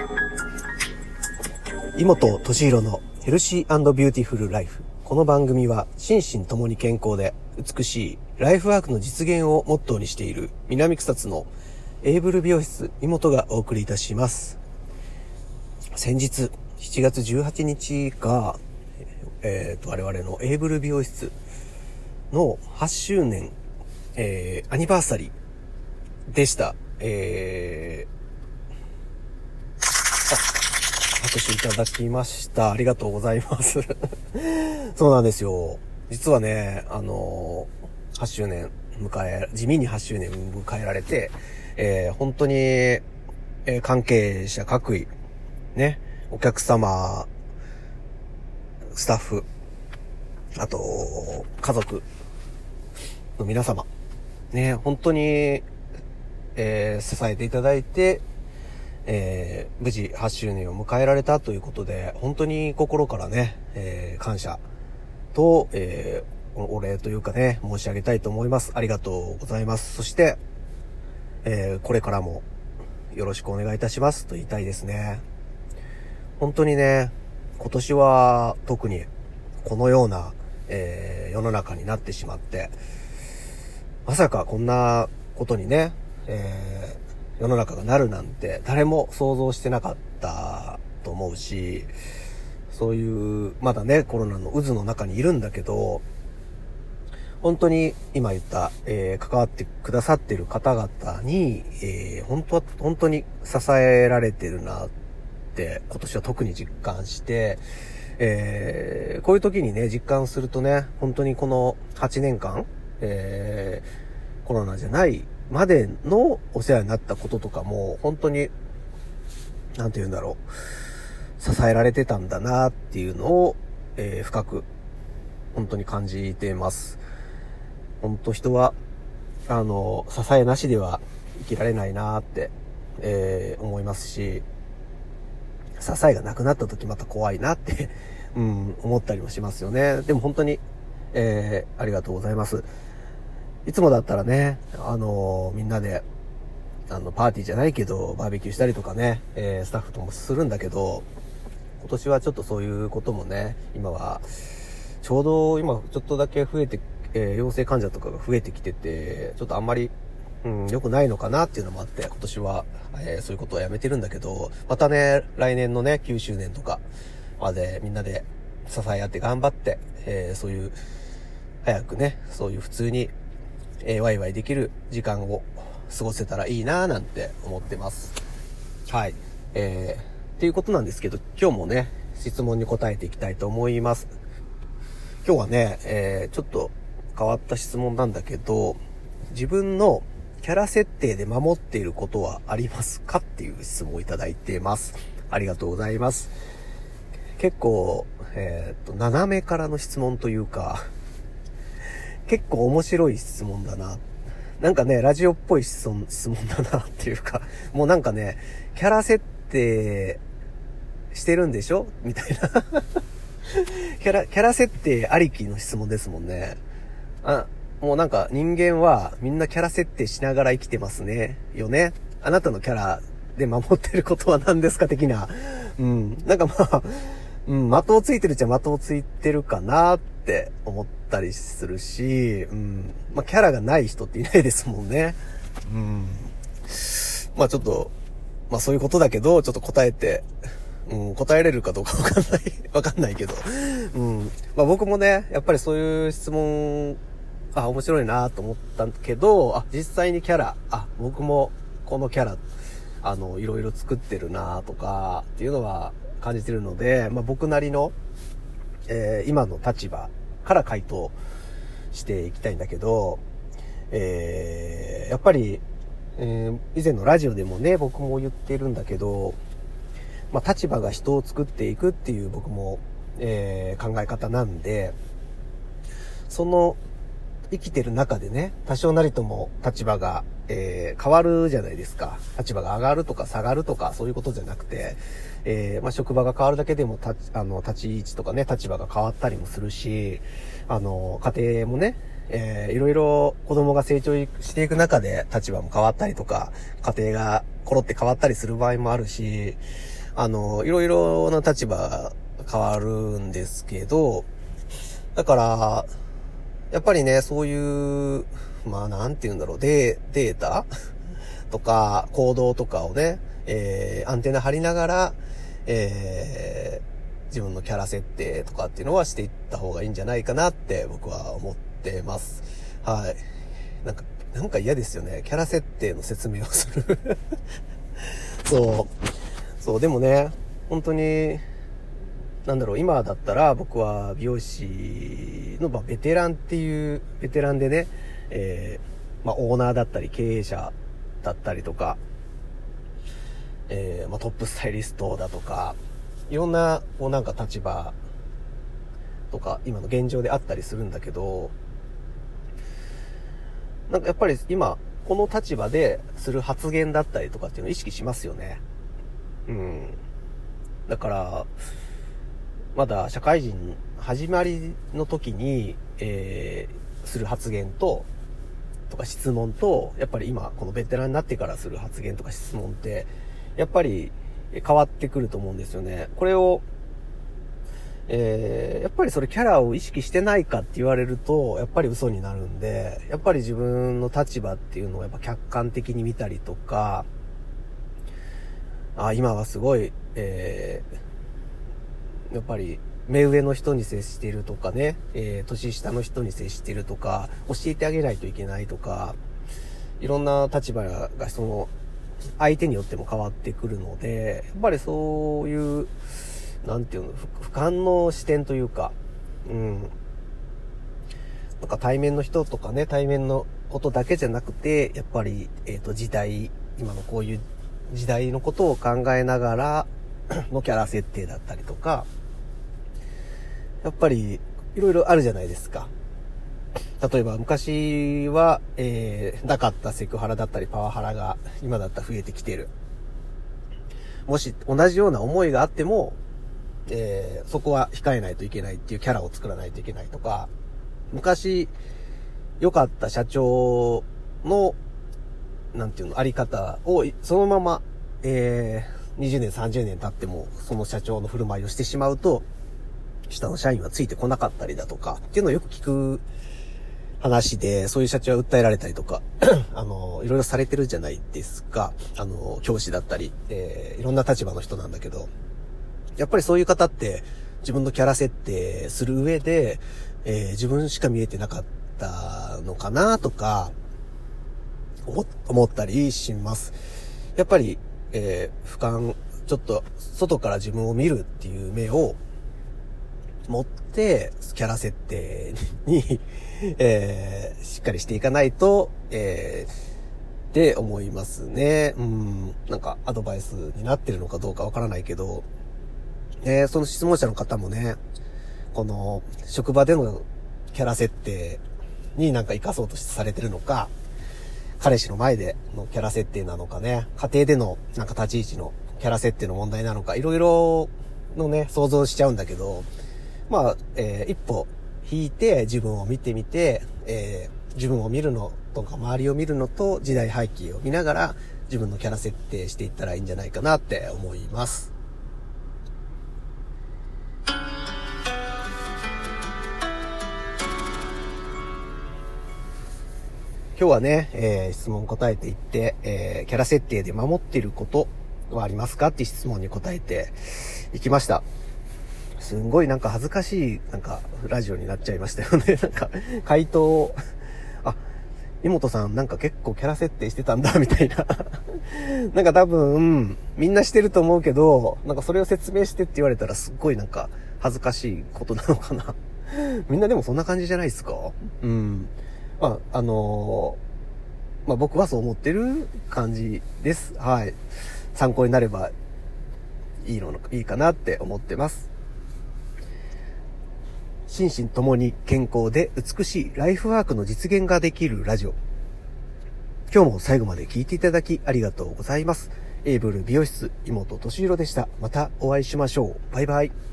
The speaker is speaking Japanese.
井本俊弘のヘルシー&ビューティフルライフ。この番組は心身ともに健康で美しいライフワークの実現をモットーにしている南草津のエイブル美容室井本がお送りいたします。先日7月18日が、我々のエイブル美容室の8周年、アニバーサリーでした。拍手いただきました。ありがとうございます。そうなんですよ。実はね、8周年地味に8周年迎えられて、本当に、関係者各位、ね、お客様、スタッフ、あと、家族の皆様、ね、本当に、支えていただいて、無事8周年を迎えられたということで、本当に心からね、感謝と、お礼というかね、申し上げたいと思います。ありがとうございます。そして、これからもよろしくお願いいたしますと言いたいですね。本当にね、今年は特にこのような、世の中になってしまって、まさかこんなことにね、世の中がなるなんて誰も想像してなかったと思うし、そういうまだねコロナの渦の中にいるんだけど、本当に今言った、関わってくださっている方々に、本当に支えられてるなって今年は特に実感して、こういう時にね実感するとね、本当にこの8年間、コロナじゃないまでのお世話になったこととかも本当になんて言うんだろう、支えられてたんだなっていうのを、深く本当に感じています。本当人は支えなしでは生きられないなって、思いますし、支えがなくなった時また怖いなって思ったりもしますよね。でも本当に、ありがとうございます。いつもだったらね、みんなで、パーティーじゃないけど、バーベキューしたりとかね、スタッフともするんだけど、今年はちょっとそういうこともね、今は、ちょうど今ちょっとだけ増えて、陽性患者とかが増えてきてて、ちょっとあんまり、良くないのかなっていうのもあって、今年は、そういうことをやめてるんだけど、またね、来年のね、9周年とかまでみんなで支え合って頑張って、そういう、早くね、そういう普通に、ワイワイできる時間を過ごせたらいいなぁなんて思ってます。はい。っていうことなんですけど、今日もね、質問に答えていきたいと思います。今日はね、ちょっと変わった質問なんだけど、自分のキャラ設定で守っていることはありますかっていう質問をいただいています。ありがとうございます。結構、斜めからの質問というか、結構面白い質問だな。なんかね、ラジオっぽい質問だなっていうか、もうなんかね、キャラ設定してるんでしょみたいな。キャラ設定ありきの質問ですもんね。もうなんか人間はみんなキャラ設定しながら生きてますね。よね。あなたのキャラで守ってることは何ですか的な。なんかまあ、的をついてるっちゃ的をついてるかなって思ったりするし、まあキャラがない人っていないですもんね。まあちょっと、まあそういうことだけど、ちょっと答えれるかどうかわかんないけど。まあ僕もね、やっぱりそういう質問、面白いなと思ったけど、実際にキャラ、僕もこのキャラ、いろいろ作ってるなとか、っていうのは感じてるので、まあ僕なりの、今の立場から回答していきたいんだけど、やっぱり、以前のラジオでもね、僕も言ってるんだけど、まあ立場が人を作っていくっていう僕も、考え方なんで、その生きてる中でね、多少なりとも立場が、変わるじゃないですか。立場が上がるとか下がるとかそういうことじゃなくて、まあ職場が変わるだけでも立ち位置とかね、立場が変わったりもするし、家庭もね、いろいろ子供が成長していく中で立場も変わったりとか、家庭がコロって変わったりする場合もあるし、いろいろな立場が変わるんですけど、だから、やっぱりね、そういう、なんて言うんだろう、データとか、行動とかをね、アンテナ張りながら、自分のキャラ設定とかっていうのはしていった方がいいんじゃないかなって僕は思ってます。はい。なんか嫌ですよね。キャラ設定の説明をする。そう、でもね、本当に、今だったら僕は美容師の、ベテランでね、オーナーだったり経営者だったりとか、トップスタイリストだとか、いろんな、立場とか、今の現状であったりするんだけど、やっぱり今、この立場でする発言だったりとかっていうのを意識しますよね。だから、まだ社会人始まりの時に、する発言とか質問と、やっぱり今、このベテランになってからする発言とか質問って、やっぱり変わってくると思うんですよね。これを、やっぱりそれキャラを意識してないかって言われると、やっぱり嘘になるんで、やっぱり自分の立場っていうのをやっぱ客観的に見たりとか、今はすごい、やっぱり目上の人に接しているとかね、年下の人に接しているとか、教えてあげないといけないとか、いろんな立場がその相手によっても変わってくるので、やっぱりそういう俯瞰の視点というか、対面の人とかね、対面のことだけじゃなくて、やっぱり今のこういう時代のことを考えながらのキャラ設定だったりとか、やっぱりいろいろあるじゃないですか。例えば昔は、なかったセクハラだったりパワハラが今だったら増えてきてる。もし同じような思いがあっても、そこは控えないといけないっていうキャラを作らないといけないとか、昔良かった社長のあり方をそのまま、20年30年経ってもその社長の振る舞いをしてしまうと、下の社員はついてこなかったりだとかっていうのをよく聞く話で、そういう社長は訴えられたりとかいろいろされてるじゃないですか。教師だったり、いろんな立場の人なんだけど、やっぱりそういう方って自分のキャラ設定する上で、自分しか見えてなかったのかなとか思ったりします。やっぱり、俯瞰、ちょっと外から自分を見るっていう目を持ってキャラ設定に、しっかりしていかないと、って思いますね。アドバイスになってるのかどうかわからないけど、その質問者の方もね、この職場でのキャラ設定に活かそうとされてるのか、彼氏の前でのキャラ設定なのかね、家庭での立ち位置のキャラ設定の問題なのか、いろいろのね、想像しちゃうんだけど、一歩引いて自分を見てみて、自分を見るのとか周りを見るのと時代背景を見ながら自分のキャラ設定していったらいいんじゃないかなって思います。今日はね、質問答えていって、キャラ設定で守っていることはありますかっていう質問に答えていきました。すんごい恥ずかしいラジオになっちゃいましたよね。回答井本さん結構キャラ設定してたんだみたいな多分みんなしてると思うけど、それを説明してって言われたらすっごい恥ずかしいことなのかな。みんなでもそんな感じじゃないですか？僕はそう思ってる感じです。はい。参考になればいいかなって思ってます。心身ともに健康で美しいライフワークの実現ができるラジオ。今日も最後まで聞いていただきありがとうございます。エイブル美容室、妹敏弘でした。またお会いしましょう。バイバイ。